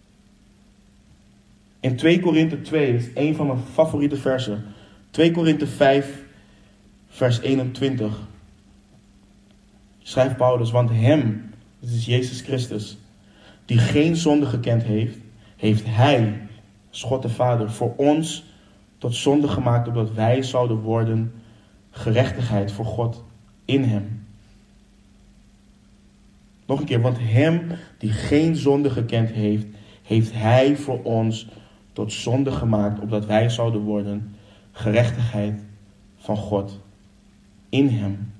In twee Korinthe twee is een van mijn favoriete versen. twee Korinthe vijf vers eenentwintig. Schrijft Paulus, want hem, dat is Jezus Christus, die geen zonde gekend heeft, heeft hij, God de Vader, voor ons tot zonde gemaakt, opdat wij zouden worden gerechtigheid voor God in hem. Nog een keer, want hem die geen zonde gekend heeft, heeft hij voor ons tot zonde gemaakt, opdat wij zouden worden gerechtigheid van God in hem.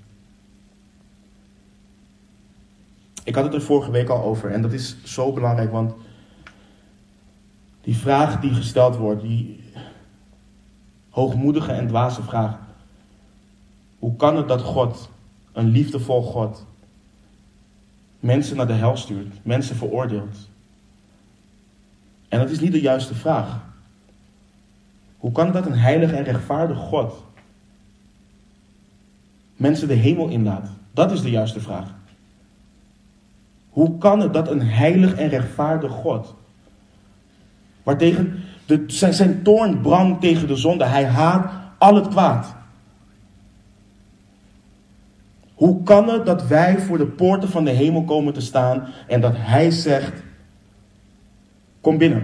Ik had het er vorige week al over en dat is zo belangrijk, want die vraag die gesteld wordt, die hoogmoedige en dwaze vraag: hoe kan het dat God, een liefdevol God, mensen naar de hel stuurt, mensen veroordeelt? En dat is niet de juiste vraag. Hoe kan het dat een heilig en rechtvaardig God mensen de hemel inlaat? Dat is de juiste vraag. Hoe kan het dat een heilig en rechtvaardig God, waartegen de, zijn, zijn toorn brandt tegen de zonde, hij haat al het kwaad. Hoe kan het dat wij voor de poorten van de hemel komen te staan en dat hij zegt, kom binnen.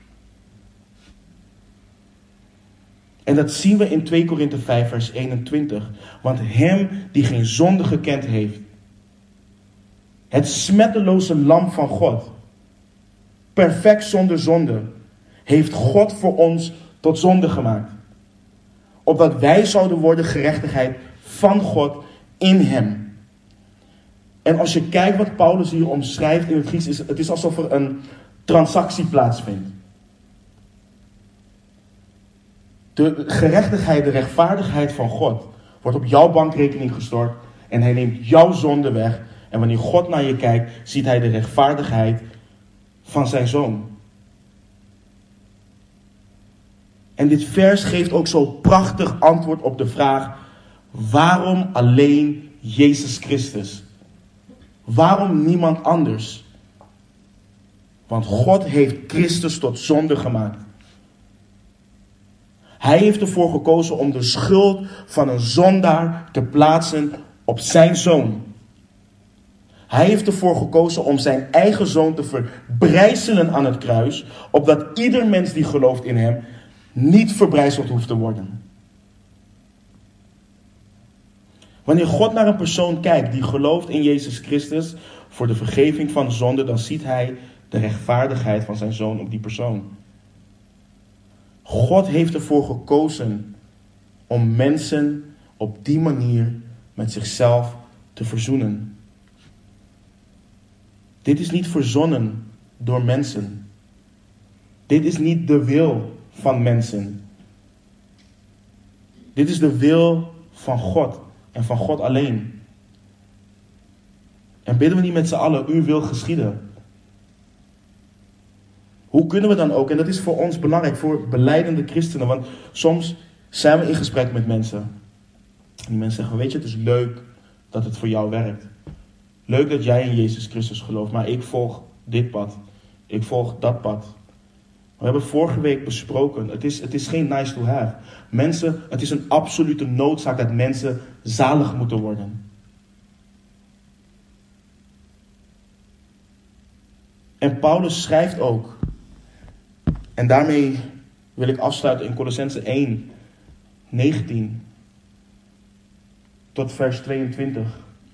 En dat zien we in twee Korinthe vijf vers eenentwintig. Want hem die geen zonde gekend heeft, het smetteloze lam van God, perfect zonder zonde, heeft God voor ons tot zonde gemaakt. Opdat wij zouden worden gerechtigheid van God in hem. En als je kijkt wat Paulus hier omschrijft in het Grieks, is het is alsof er een transactie plaatsvindt. De gerechtigheid, de rechtvaardigheid van God wordt op jouw bankrekening gestort en hij neemt jouw zonde weg. En wanneer God naar je kijkt, ziet hij de rechtvaardigheid van zijn zoon. En dit vers geeft ook zo prachtig antwoord op de vraag, waarom alleen Jezus Christus? Waarom niemand anders? Want God heeft Christus tot zonde gemaakt. Hij heeft ervoor gekozen om de schuld van een zondaar te plaatsen op zijn zoon. Hij heeft ervoor gekozen om zijn eigen zoon te verbrijzelen aan het kruis, opdat ieder mens die gelooft in hem niet verbrijzeld hoeft te worden. Wanneer God naar een persoon kijkt die gelooft in Jezus Christus voor de vergeving van zonde, dan ziet hij de rechtvaardigheid van zijn zoon op die persoon. God heeft ervoor gekozen om mensen op die manier met zichzelf te verzoenen. Dit is niet verzonnen door mensen. Dit is niet de wil van mensen. Dit is de wil van God en van God alleen. En bidden we niet met z'n allen, uw wil geschieden. Hoe kunnen we dan ook, en dat is voor ons belangrijk, voor belijdende christenen, want soms zijn we in gesprek met mensen. En die mensen zeggen, weet je, het is leuk dat het voor jou werkt. Leuk dat jij in Jezus Christus gelooft, maar ik volg dit pad. Ik volg dat pad. We hebben vorige week besproken, het is, het is geen nice to have. Mensen, het is een absolute noodzaak dat mensen zalig moeten worden. En Paulus schrijft ook, en daarmee wil ik afsluiten in Kolossenzen één, negentien tot vers tweeëntwintig.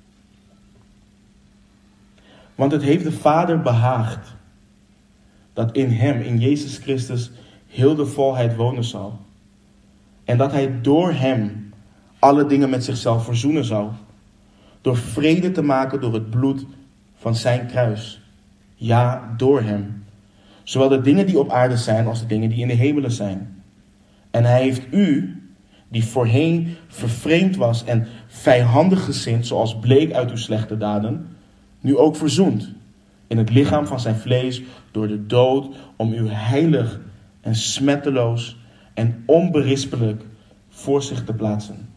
Want het heeft de Vader behaagd dat in hem, in Jezus Christus, heel de volheid wonen zal. En dat hij door hem alle dingen met zichzelf verzoenen zal. Door vrede te maken door het bloed van zijn kruis. Ja, door hem. Zowel de dingen die op aarde zijn als de dingen die in de hemelen zijn. En hij heeft u, die voorheen vervreemd was en vijandig gezind, zoals bleek uit uw slechte daden, nu ook verzoend in het lichaam van zijn vlees door de dood, om u heilig en smetteloos en onberispelijk voor zich te plaatsen.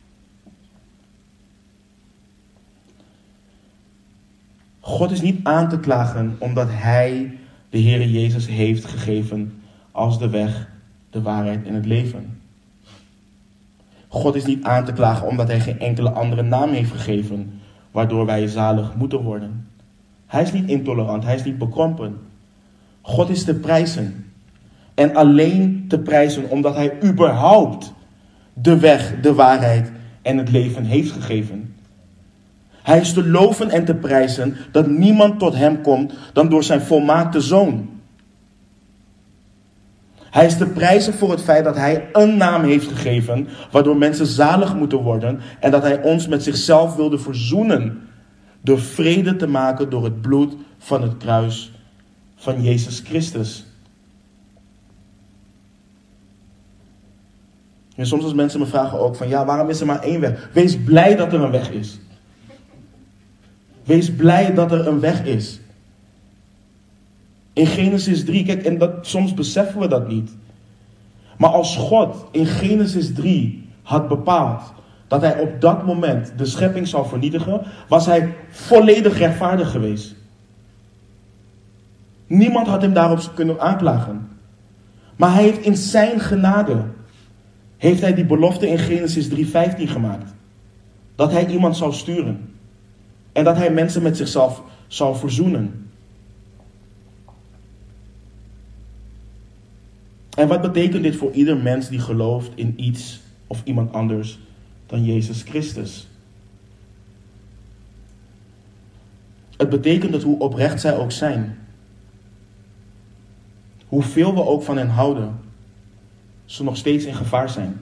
God is niet aan te klagen omdat hij de Heere Jezus heeft gegeven als de weg, de waarheid en het leven. God is niet aan te klagen omdat hij geen enkele andere naam heeft gegeven, waardoor wij zalig moeten worden. Hij is niet intolerant, hij is niet bekrompen. God is te prijzen. En alleen te prijzen omdat hij überhaupt de weg, de waarheid en het leven heeft gegeven. Hij is te loven en te prijzen dat niemand tot hem komt dan door zijn volmaakte zoon. Hij is te prijzen voor het feit dat hij een naam heeft gegeven, waardoor mensen zalig moeten worden en dat hij ons met zichzelf wilde verzoenen door vrede te maken door het bloed van het kruis van Jezus Christus. En soms als mensen me vragen ook van, ja, waarom is er maar één weg? Wees blij dat er een weg is. Wees blij dat er een weg is. In Genesis drie, kijk, en dat, soms beseffen we dat niet. Maar als God in Genesis drie had bepaald dat hij op dat moment de schepping zou vernietigen, was hij volledig rechtvaardig geweest. Niemand had hem daarop kunnen aanklagen. Maar hij heeft in zijn genade, heeft hij die belofte in Genesis drie vijftien gemaakt. Dat hij iemand zou sturen. En dat hij mensen met zichzelf zou verzoenen. En wat betekent dit voor ieder mens die gelooft in iets of iemand anders dan Jezus Christus? Het betekent dat hoe oprecht zij ook zijn, hoeveel we ook van hen houden, ze nog steeds in gevaar zijn.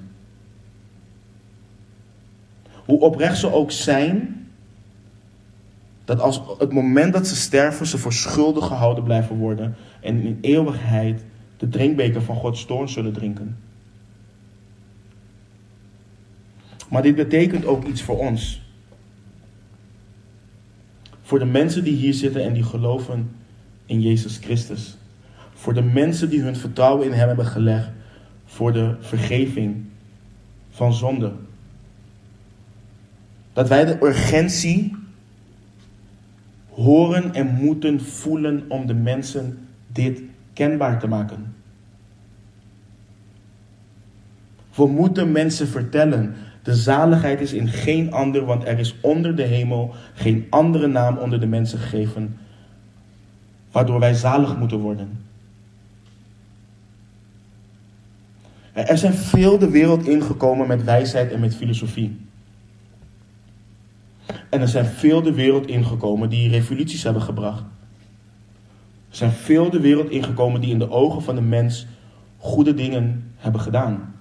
Hoe oprecht ze ook zijn, dat als het moment dat ze sterven, ze voor schuldig gehouden blijven worden en in eeuwigheid de drinkbeker van Gods toorn zullen drinken. Maar dit betekent ook iets voor ons. Voor de mensen die hier zitten en die geloven in Jezus Christus. Voor de mensen die hun vertrouwen in Hem hebben gelegd voor de vergeving van zonde. Dat wij de urgentie horen en moeten voelen om de mensen dit kenbaar te maken. We moeten mensen vertellen, de zaligheid is in geen ander, want er is onder de hemel geen andere naam onder de mensen gegeven, waardoor wij zalig moeten worden. Er zijn veel de wereld ingekomen met wijsheid en met filosofie. En er zijn veel de wereld ingekomen die revoluties hebben gebracht. Er zijn veel de wereld ingekomen die in de ogen van de mens goede dingen hebben gedaan.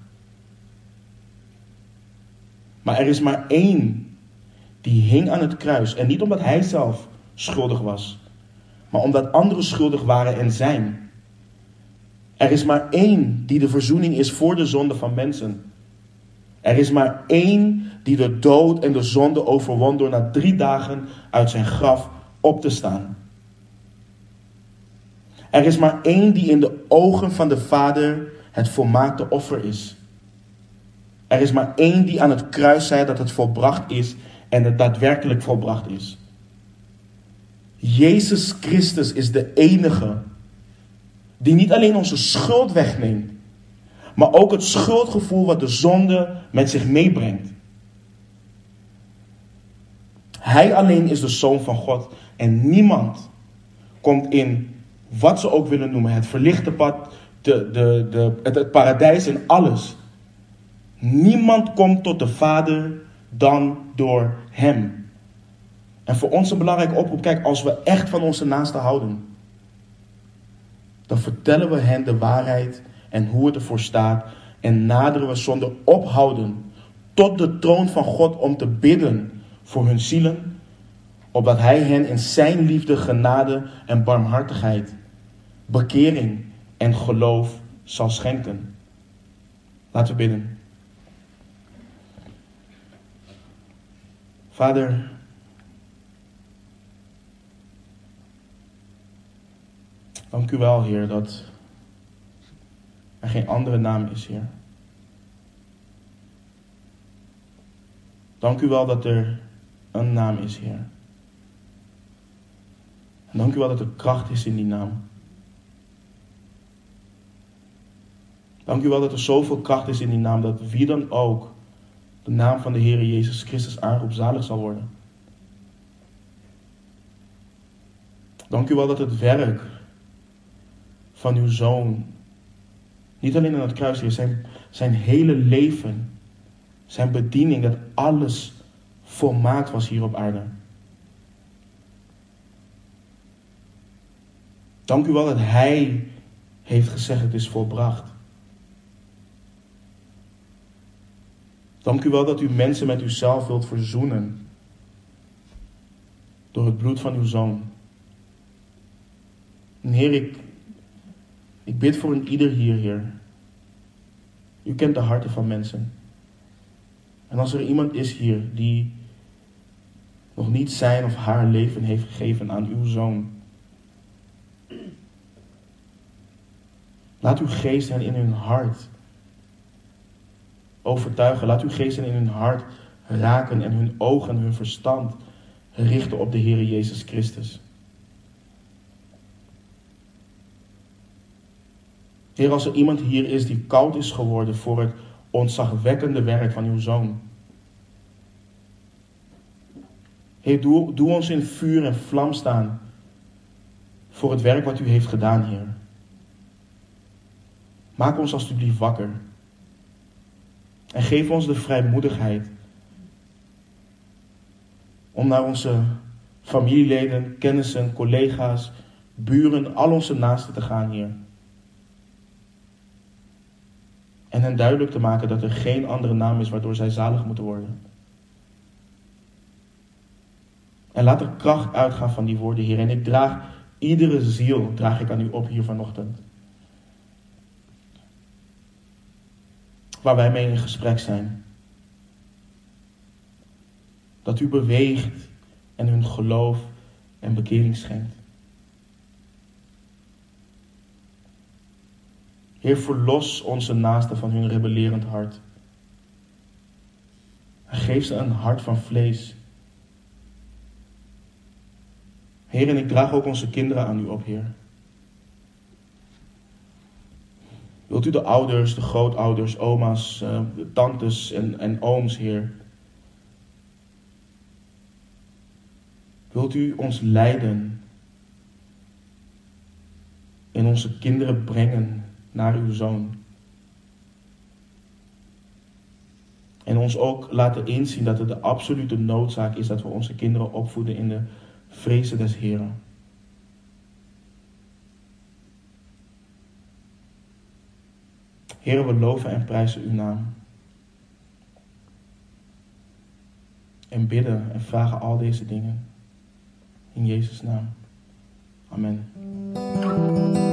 Maar er is maar één die hing aan het kruis. En niet omdat hij zelf schuldig was, maar omdat anderen schuldig waren en zijn. Er is maar één die de verzoening is voor de zonde van mensen. Er is maar één die de dood en de zonde overwon door na drie dagen uit zijn graf op te staan. Er is maar één die in de ogen van de Vader het volmaakte offer is. Er is maar één die aan het kruis zei dat het volbracht is en het daadwerkelijk volbracht is. Jezus Christus is de enige die niet alleen onze schuld wegneemt, maar ook het schuldgevoel wat de zonde met zich meebrengt. Hij alleen is de Zoon van God en niemand komt in wat ze ook willen noemen, het verlichte pad, de, de, de, het, het paradijs en alles. Niemand komt tot de Vader dan door Hem. En voor ons een belangrijke oproep, kijk, als we echt van onze naasten houden, dan vertellen we hen de waarheid en hoe het ervoor staat en naderen we zonder ophouden tot de troon van God om te bidden voor hun zielen, opdat Hij hen in zijn liefde, genade en barmhartigheid, bekering en geloof zal schenken. Laten we bidden. Vader, dank u wel, Heer, dat er geen andere naam is, Heer. Dank u wel dat er een naam is, Heer. En dank u wel dat er kracht is in die naam. Dank u wel dat er zoveel kracht is in die naam, dat wie dan ook de naam van de Heer Jezus Christus aanroept, zalig zal worden. Dank u wel dat het werk van uw Zoon niet alleen aan het kruis, Heer, zijn, zijn hele leven, zijn bediening, dat alles volmaakt was hier op aarde. Dank u wel dat Hij heeft gezegd, het is volbracht. Dank u wel dat u mensen met uzelf wilt verzoenen door het bloed van uw Zoon. En Heer, ik, ik bid voor een ieder hier, Heer. U kent de harten van mensen. En als er iemand is hier die nog niet zijn of haar leven heeft gegeven aan uw Zoon, laat uw geest hen in hun hart overtuigen. Laat uw geest hen in hun hart raken en hun ogen en hun verstand richten op de Heer Jezus Christus. Heer, als er iemand hier is die koud is geworden voor het ontzagwekkende werk van uw Zoon, Heer, doe, doe ons in vuur en vlam staan voor het werk wat u heeft gedaan, Heer. Maak ons alsjeblieft wakker. En geef ons de vrijmoedigheid om naar onze familieleden, kennissen, collega's, buren, al onze naasten te gaan, Heer. En hen duidelijk te maken dat er geen andere naam is waardoor zij zalig moeten worden. En laat er kracht uitgaan van die woorden, Heer. En ik draag iedere ziel, draag ik aan u op hier vanochtend. Waar wij mee in gesprek zijn. Dat u beweegt en hun geloof en bekering schenkt. Heer, verlos onze naasten van hun rebellerend hart. En geef ze een hart van vlees. Heer, en ik draag ook onze kinderen aan u op, Heer. Wilt u de ouders, de grootouders, oma's, uh, tantes en, en ooms, Heer. Wilt u ons leiden en onze kinderen brengen naar uw Zoon. En ons ook laten inzien dat het de absolute noodzaak is dat we onze kinderen opvoeden in de vrezen des Heren. Heer, we loven en prijzen uw naam. En bidden en vragen al deze dingen. In Jezus' naam. Amen.